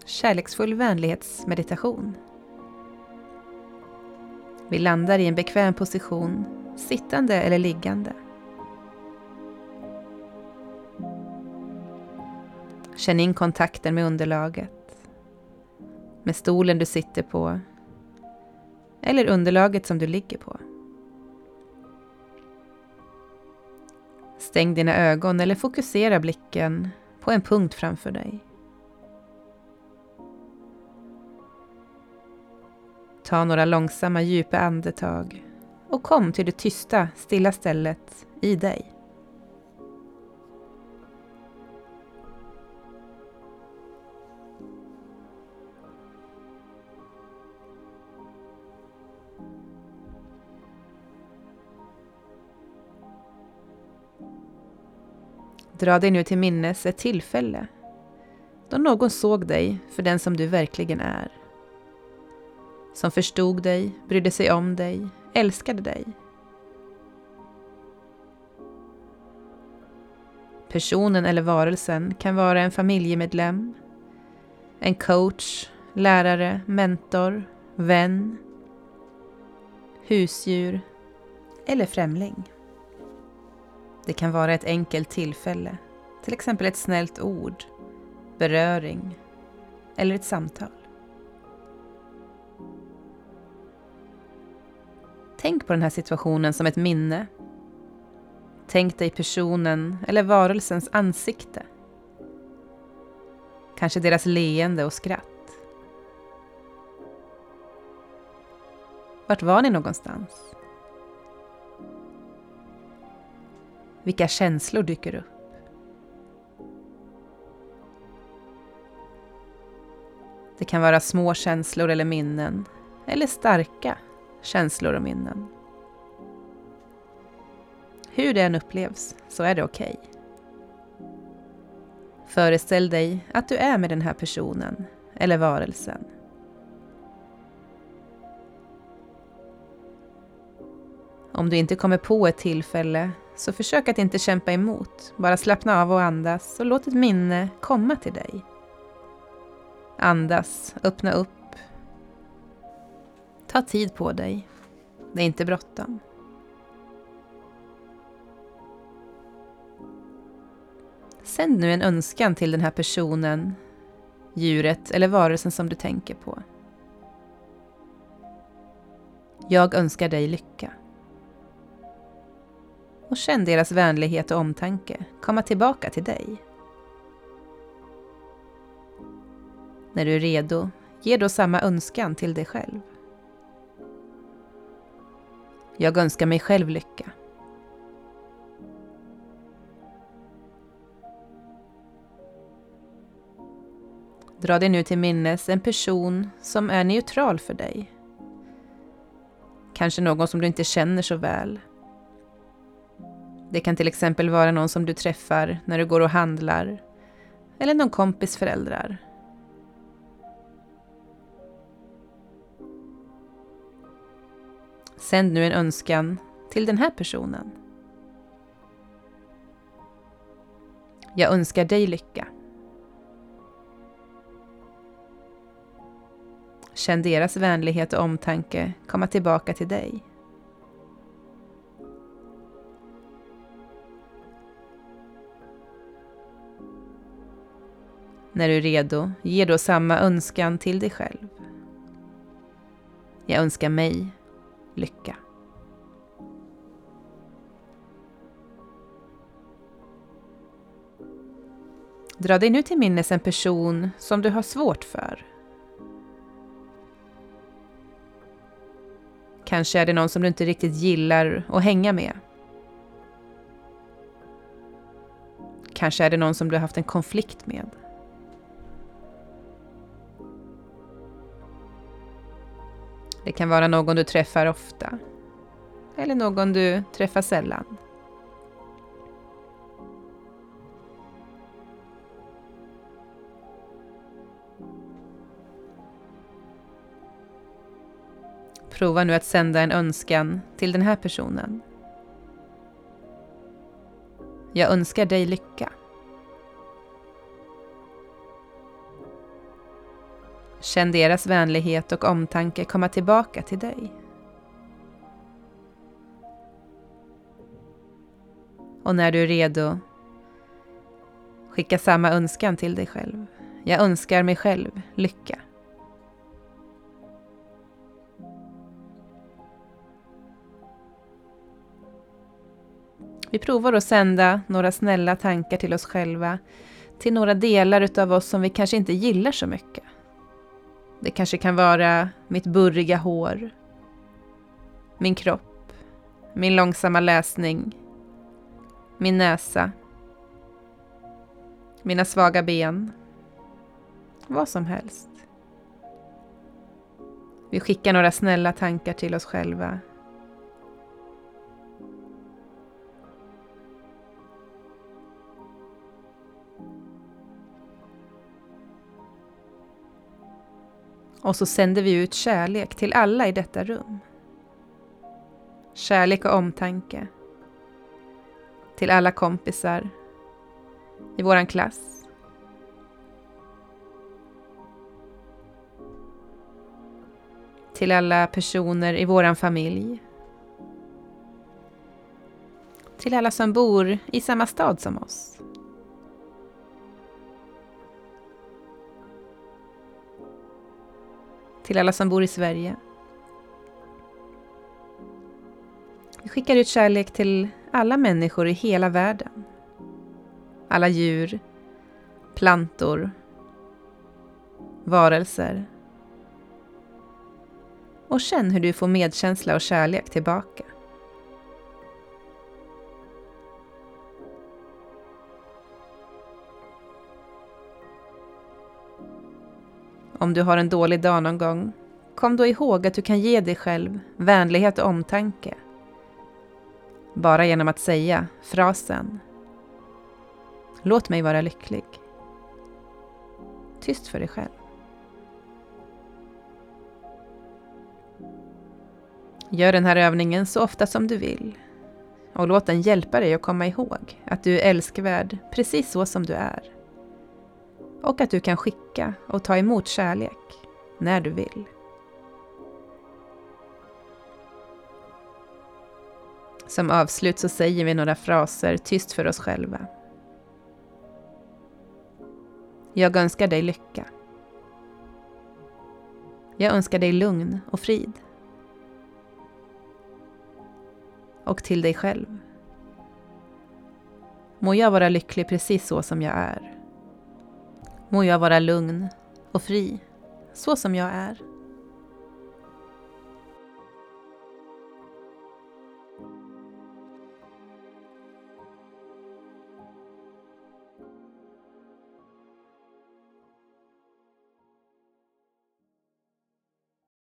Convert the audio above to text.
kärleksfull vänlighetsmeditation. Vi landar i en bekväm position, sittande eller liggande. Känn in kontakten med underlaget, med stolen du sitter på eller underlaget som du ligger på. Stäng dina ögon eller fokusera blicken på en punkt framför dig. Ta några långsamma djupa andetag och kom till det tysta, stilla stället i dig. Dra dig nu till minnes ett tillfälle då någon såg dig för den som du verkligen är. Som förstod dig, brydde sig om dig, älskade dig. Personen eller varelsen kan vara en familjemedlem, en coach, lärare, mentor, vän, husdjur eller främling. Det kan vara ett enkelt tillfälle, till exempel ett snällt ord, beröring eller ett samtal. Tänk på den här situationen som ett minne. Tänk dig personen eller varelsens ansikte. Kanske deras leende och skratt. Vart var ni någonstans? Vilka känslor dyker upp? Det kan vara små känslor eller minnen, eller starka känslor och minnen. Hur det än upplevs så är det okej. Föreställ dig att du är med den här personen eller varelsen. Om du inte kommer på ett tillfälle så försök att inte kämpa emot. Bara slappna av och andas och låt ett minne komma till dig. Andas, öppna upp. Ta tid på dig. Det är inte bråttom. Sänd nu en önskan till den här personen, djuret eller varelsen som du tänker på. Jag önskar dig lycka. Och känn deras vänlighet och omtanke komma tillbaka till dig. När du är redo, ge då samma önskan till dig själv. Jag önskar mig själv lycka. Dra dig nu till minnes en person som är neutral för dig. Kanske någon som du inte känner så väl. Det kan till exempel vara någon som du träffar när du går och handlar. Eller någon kompis föräldrar. Sänd nu en önskan till den här personen. Jag önskar dig lycka. Känn deras vänlighet och omtanke komma tillbaka till dig. När du är redo, ge då samma önskan till dig själv. Jag önskar mig lycka. Dra dig nu till minnes en person som du har svårt för. Kanske är det någon som du inte riktigt gillar att hänga med. Kanske är det någon som du har haft en konflikt med. Det kan vara någon du träffar ofta. Eller någon du träffar sällan. Prova nu att sända en önskan till den här personen. Jag önskar dig lycka. Känn deras vänlighet och omtanke komma tillbaka till dig. Och när du är redo, skicka samma önskan till dig själv. Jag önskar mig själv lycka. Vi provar att sända några snälla tankar till oss själva, till några delar utav oss som vi kanske inte gillar så mycket. Det kanske kan vara mitt burriga hår, min kropp, min långsamma läsning, min näsa, mina svaga ben, vad som helst. Vi skickar några snälla tankar till oss själva. Och så sänder vi ut kärlek till alla i detta rum. Kärlek och omtanke. Till alla kompisar. I våran klass. Till alla personer i våran familj. Till alla som bor i samma stad som oss. Till alla som bor i Sverige. Vi skickar ut kärlek till alla människor i hela världen. Alla djur, plantor, varelser. Och känn hur du får medkänsla och kärlek tillbaka. Om du har en dålig dag någon gång, kom då ihåg att du kan ge dig själv vänlighet och omtanke. Bara genom att säga frasen: låt mig vara lycklig. Tyst för dig själv. Gör den här övningen så ofta som du vill. Och låt den hjälpa dig att komma ihåg att du är älskvärd precis så som du är. Och att du kan skicka och ta emot kärlek när du vill. Som avslut så säger vi några fraser tyst för oss själva. Jag önskar dig lycka. Jag önskar dig lugn och frid. Och till dig själv. Må jag vara lycklig precis så som jag är. Må jag vara lugn och fri så som jag är.